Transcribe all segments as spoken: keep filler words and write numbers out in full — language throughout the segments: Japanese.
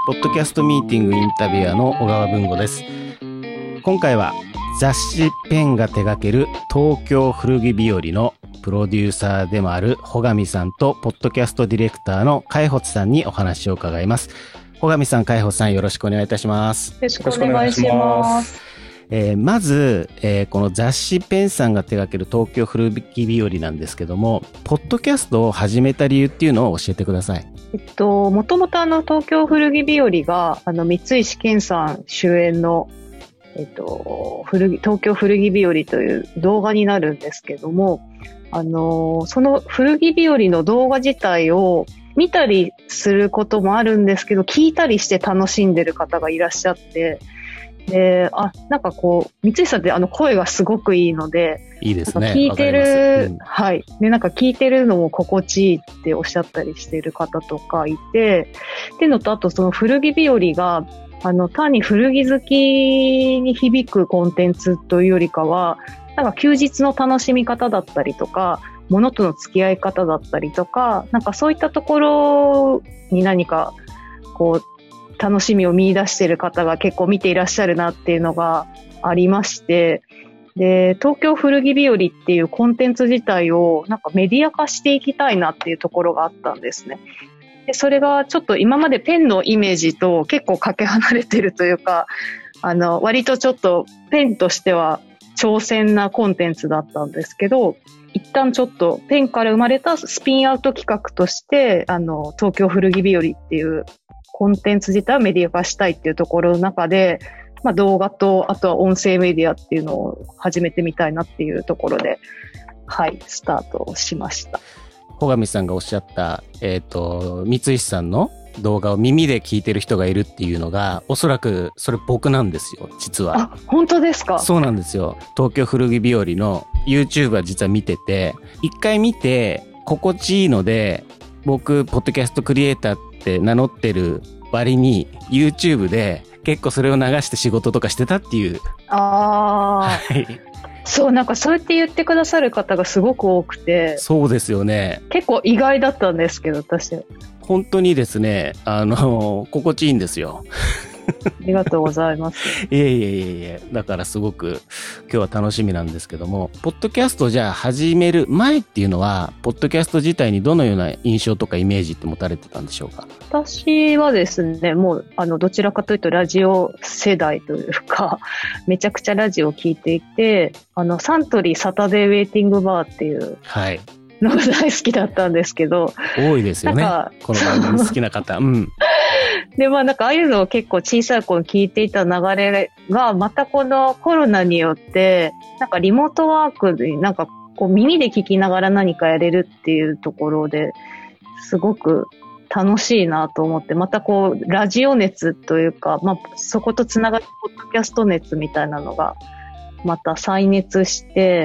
ポッドキャストミーティングインタビュアーの小川文吾です。今回は雑誌ペンが手掛ける東京古着日和のプロデューサーでもある穂上さんとポッドキャストディレクターの海保さんにお話を伺います。穂上さん、海保さん、よろしくお願いいたします。 よろしくお願いします。 えー、まず、えー、この雑誌ペンさんが手掛ける東京古着日和なんですけども、ポッドキャストを始めた理由っていうのを教えてください。 えっと、もともとあの東京古着日和があの三石健さん主演の、えっと、古着東京古着日和という動画になるんですけども、あのその古着日和の動画自体を見たりすることもあるんですけど、聞いたりして楽しんでる方がいらっしゃって、で、あ、なんかこう、三石さんってあの声がすごくいいので、 いいですね。 聞いてる、 うん、 はい。で、なんか聞いてるのも心地いいっておっしゃったりしてる方とかいて、っていうのと、あとその古着日和が、あの、単に古着好きに響くコンテンツというよりかは、なんか休日の楽しみ方だったりとか、物との付き合い方だったりとか、なんかそういったところに何か、こう、楽しみを見出している方が結構見ていらっしゃるなっていうのがありまして、で、東京古着日和っていうコンテンツ自体をなんかメディア化していきたいなっていうところがあったんですね。で、それがちょっと今までペンのイメージと結構かけ離れてるというか、あの、割とちょっとペンとしては挑戦なコンテンツだったんですけど、一旦ちょっとペンから生まれたスピンアウト企画として、あの、東京古着日和っていうコンテンツ自体をメディア化したいっていうところの中で、まあ、動画とあとは音声メディアっていうのを始めてみたいなっていうところで、はい、スタートしました。 穂上さんがおっしゃった、えっと、三石さんの動画を耳で聞いてる人がいるっていうのが、おそらくそれ僕なんですよ、実は。 あ、本当ですか？ そうなんですよ。東京古着日和の YouTube は実は見てて、一回見て心地いいので、僕、ポッドキャストクリエイターって名乗ってる割に YouTube で結構それを流して仕事とかしてたっていう。 ああ、はい、そう、なんかそうやって言ってくださる方がすごく多くて。 そうですよね。 結構意外だったんですけど、私。 本当にですね、あの、心地いいんですよ。 ありがとうございます。 いえいえいえいえ、だからすごく今日は楽しみなんですけども、ポッドキャストをじゃあ始める前っていうのは、ポッドキャスト自体にどのような印象とかイメージって持たれてたんでしょうか？ 私はですね、もうあのどちらかというとラジオ世代というか、めちゃくちゃラジオを聞いていて、あのサントリーサタデーウェイティングバーっていうのが大好きだったんですけど、 多いですよね、この番組好きな方。うん。 で、まあなんかああいうのを結構小さい頃聞いていた流れが、またこのコロナによって、なんかリモートワークでなんかこう耳で聞きながら何かやれるっていうところですごく楽しいなと思って、またこうラジオ熱というか、まあそことつながるポッドキャスト熱みたいなのがまた再熱して、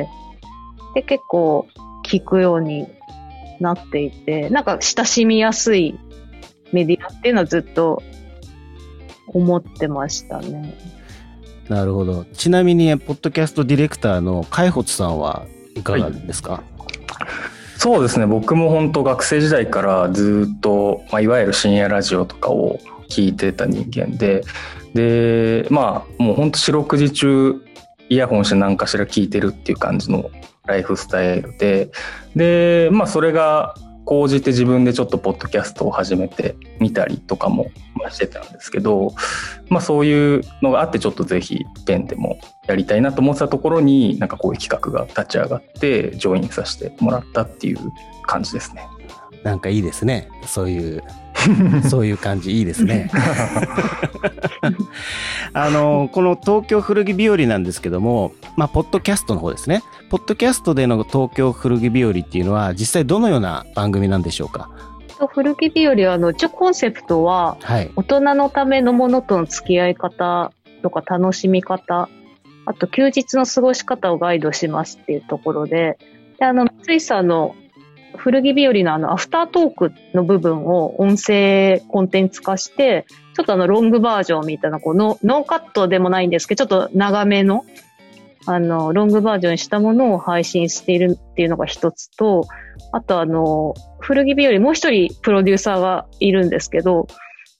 で結構聞くようになっていて、なんか親しみやすいメディアっていうのはずっと思ってましたね。 なるほど。ちなみにポッドキャストディレクターの海保さんはいかがですか？はい、 そうですね、僕も本当学生時代からずっと、まあ、いわゆる深夜ラジオとかを聞いてた人間で、でまあもう本当四六時中イヤホンして何かしら聞いてるっていう感じのライフスタイルで、でまあそれが講じて自分でちょっとポッドキャストを始めてみたりとかもしてたんですけど、まあそういうのがあってちょっとぜひペンでもやりたいなと思ってたところに、なんかこういう企画が立ち上がってジョインさせてもらったっていう感じですね。 なんかいいですね、そういうそういう感じいいですね。あのこの東京古着日和なんですけども、まあポッドキャストの方ですね。ポッドキャストでの東京古着日和っていうのは実際どのような番組なんでしょうか？ 古着日和はあの一応コンセプトは、はい、大人のためのものとの付き合い方とか楽しみ方、あと休日の過ごし方をガイドしますっていうところで、であの三井さんの古着日和のあのアフタートークの部分を音声コンテンツ化して、ちょっとあのロングバージョンみたいなこうノーカットでもないんですけど、ちょっと長めのあのロングバージョンにしたものを配信しているっていうのが一つと、あとあの古着日和もう一人プロデューサーがいるんですけど、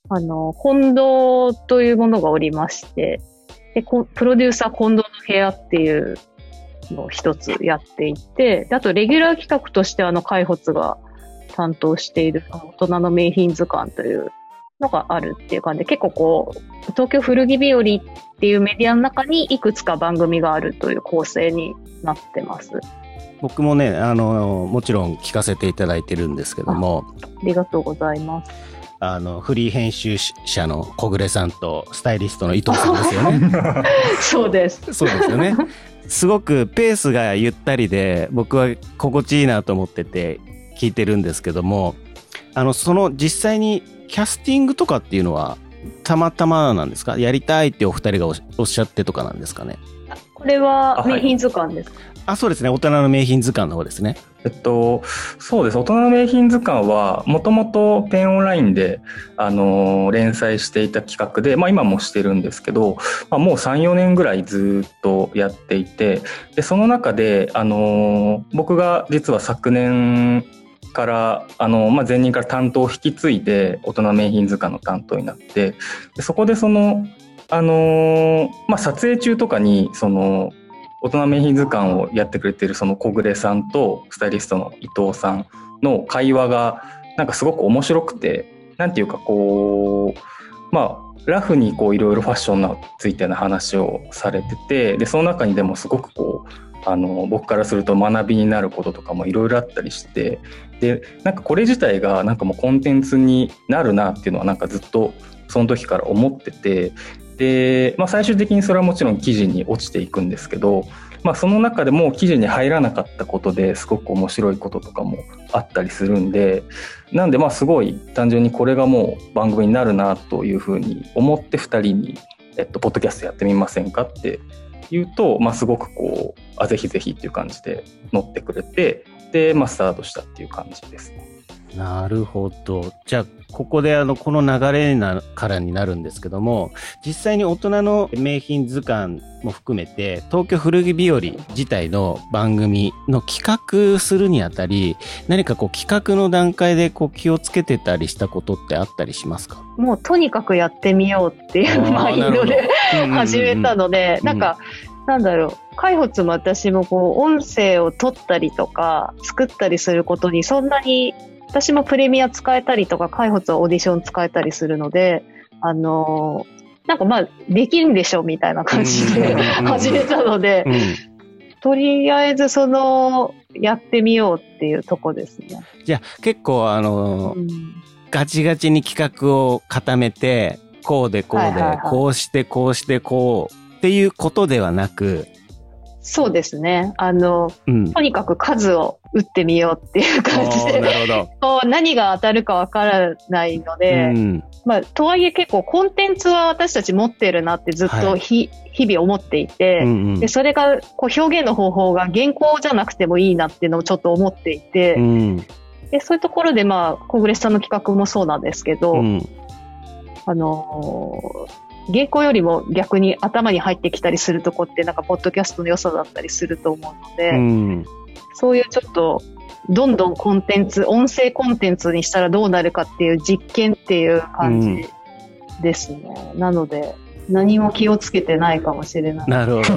あの、近藤というものがおりまして、で、プロデューサー近藤の部屋っていうのを一つやっていて、であとレギュラー企画としてあの、開発が担当している大人の名品図鑑というのがあるっていう感じで、結構こう、東京古着日和っていうメディアの中にいくつか番組があるという構成になってます。 僕もね、あの、もちろん聞かせていただいてるんですけども。 ありがとうございます。 あの、フリー編集者の小暮さんとスタイリストの伊藤さんですよね。 そうです。 そうですよね。すごくペースがゆったりで、僕は心地いいなと思ってて聞いてるんですけども、あの、その実際にキャスティングとかっていうのはたまたまなんですか？やりたいってお二人がおっしゃってとかなんですかね？ これは名品図鑑ですか？ あ、そうですね。大人の名品図鑑の方ですね。 えっと、そうです。大人の名品図鑑は、もともとペンオンラインで、あのー、連載していた企画で、まあ今もしてるんですけど、まあ、もうさん、よねんぐらいずっとやっていて、で、その中で、あのー、僕が実は昨年から、あのー、まあ前任から担当を引き継いで、大人の名品図鑑の担当になって、でそこでその、あのー、まあ撮影中とかに、その、大人名品図鑑をやってくれているその小暮さんとスタイリストの伊藤さんの会話がなんかすごく面白くて、なんていうかこう、まあラフにこういろいろファッションについての話をされてて、でその中にでもすごくこうあの僕からすると学びになることとかもいろいろあったりして、でなんかこれ自体がなんかもうコンテンツになるなっていうのはなんかずっとその時から思ってて、で、まあ、最終的にそれはもちろん記事に落ちていくんですけど、まあ、その中でも記事に入らなかったことですごく面白いこととかもあったりするんで、なんでまあすごい単純にこれがもう番組になるなというふうに思ってふたりに、えっと、ポッドキャストやってみませんかって言うと、まあ、すごくこうあぜひぜひっていう感じで乗ってくれて、で、まあ、スタートしたっていう感じですね。 なるほど。じゃあ、ここであの、この流れなからになるんですけども、実際に大人の名品図鑑も含めて、東京古着日和自体の番組の企画するにあたり、何かこう企画の段階でこう気をつけてたりしたことってあったりしますか？ もうとにかくやってみようっていうマインドで始めたので、なんか、なんだろう、開発も私もこう、音声を取ったりとか、作ったりすることにそんなに、私もプレミア使えたりとか、開発はオーディション使えたりするので、あのー、なんかまあ、できるんでしょみたいな感じで始めたので、うんうん、とりあえずその、やってみようっていうとこですね。 じゃあ結構あのーうん、ガチガチに企画を固めて、こうでこうで、はいはいはい、こうしてこうしてこうっていうことではなく、 そうですね。あの、うん、とにかく数を打ってみようっていう感じで、 なるほど。 こう何が当たるかわからないので、うん、まあ、とはいえ結構コンテンツは私たち持ってるなってずっとひ、はい、日々思っていて、うんうん、でそれがこう表現の方法が原稿じゃなくてもいいなっていうのをちょっと思っていて、うん、でそういうところでまあ、小暮さんの企画もそうなんですけど、うん、あのー、原稿よりも逆に頭に入ってきたりするとこってなんかポッドキャストの良さだったりすると思うので、うん、そういうちょっとどんどんコンテンツ、音声コンテンツにしたらどうなるかっていう実験っていう感じですね。うん、なので何も気をつけてないかもしれない。 なるほど。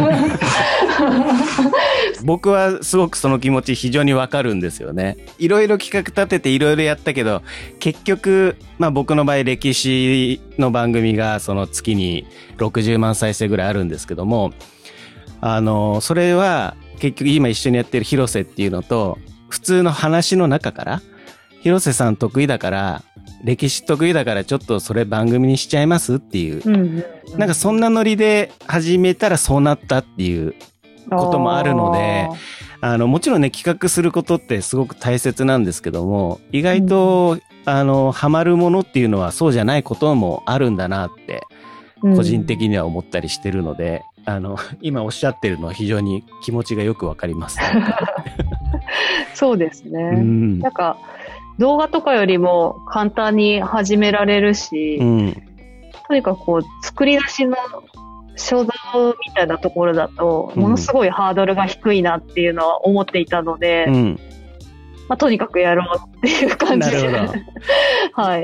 僕はすごくその気持ち非常にわかるんですよね。いろいろ企画立てていろいろやったけど、結局、まあ僕の場合歴史の番組がその月にろくじゅうまん再生ぐらいあるんですけども、あの、それは結局今一緒にやってる広瀬っていうのと、普通の話の中から、広瀬さん得意だから、歴史得意だからちょっとそれ番組にしちゃいますっていう、うんうんうん、なんかそんなノリで始めたらそうなったっていうこともあるので、あのもちろんね企画することってすごく大切なんですけども、意外と、うん、あのハマるものっていうのはそうじゃないこともあるんだなって個人的には思ったりしてるので、うん、あの今おっしゃってるのは非常に気持ちがよくわかります。 そうですね。うん、なんか動画とかよりも簡単に始められるし、うん、とにかくこう作り出しの所蔵みたいなところだとものすごいハードルが低いなっていうのは思っていたので、うん、まあ、とにかくやろうっていう感じで。なるほど。はい。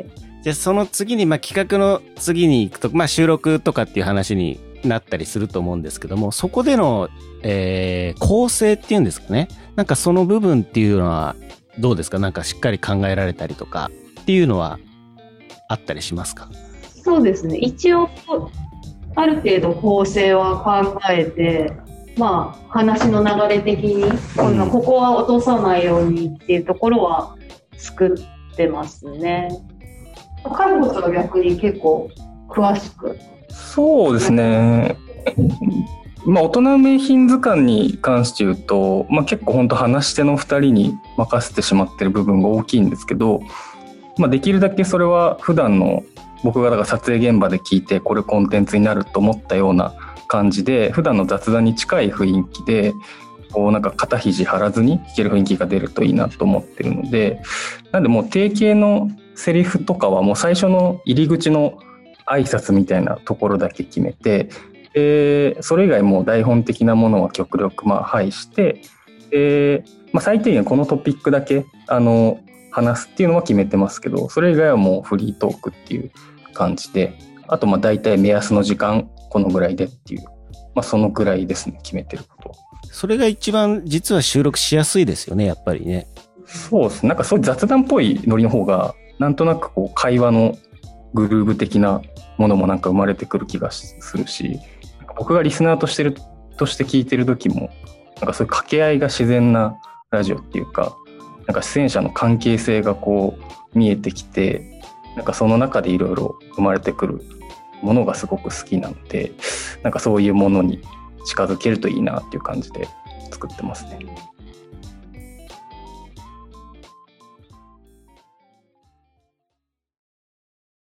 で、その次に、まあ、企画の次に行くと、まあ、収録とかっていう話になったりすると思うんですけども、そこでの、えー、構成っていうんですかね。なんかその部分っていうのはどうですか？なんかしっかり考えられたりとかっていうのはあったりしますか？ そうですね。一応、ある程度構成は考えて、まあ、話の流れ的に、こんなここは落とさないようにっていうところは作ってますね。カルロスは逆に結構詳しく。 そうですね。まあ、大人名品図鑑に関して言うと、まあ、結構本当話し手のふたりに任せてしまってる部分が大きいんですけど、まあ、できるだけそれは普段の僕がだから撮影現場で聞いてこれコンテンツになると思ったような感じで、普段の雑談に近い雰囲気でこうなんか肩肘張らずに聞ける雰囲気が出るといいなと思ってるので、なんでもう定型のセリフとかはもう最初の入り口の挨拶みたいなところだけ決めて、でそれ以外もう台本的なものは極力まあ排して、で、まあ、最低限このトピックだけあの話すっていうのは決めてますけど、それ以外はもうフリートークっていう感じで、あとまあ大体目安の時間このぐらいでっていう、まあ、そのぐらいですね、決めてること。 それが一番実は収録しやすいですよね、やっぱりね。 そうですね。なんかそういう雑談っぽいノリの方がなんとなくこう会話のグルーブ的なものもなんか生まれてくる気がするし、僕がリスナーとしてるとして聞いてる時もなんかそういう掛け合いが自然なラジオっていうか、なんか出演者の関係性がこう見えてきて、なんかその中でいろいろ生まれてくるものがすごく好きなので、なんかそういうものに近づけるといいなっていう感じで作ってますね。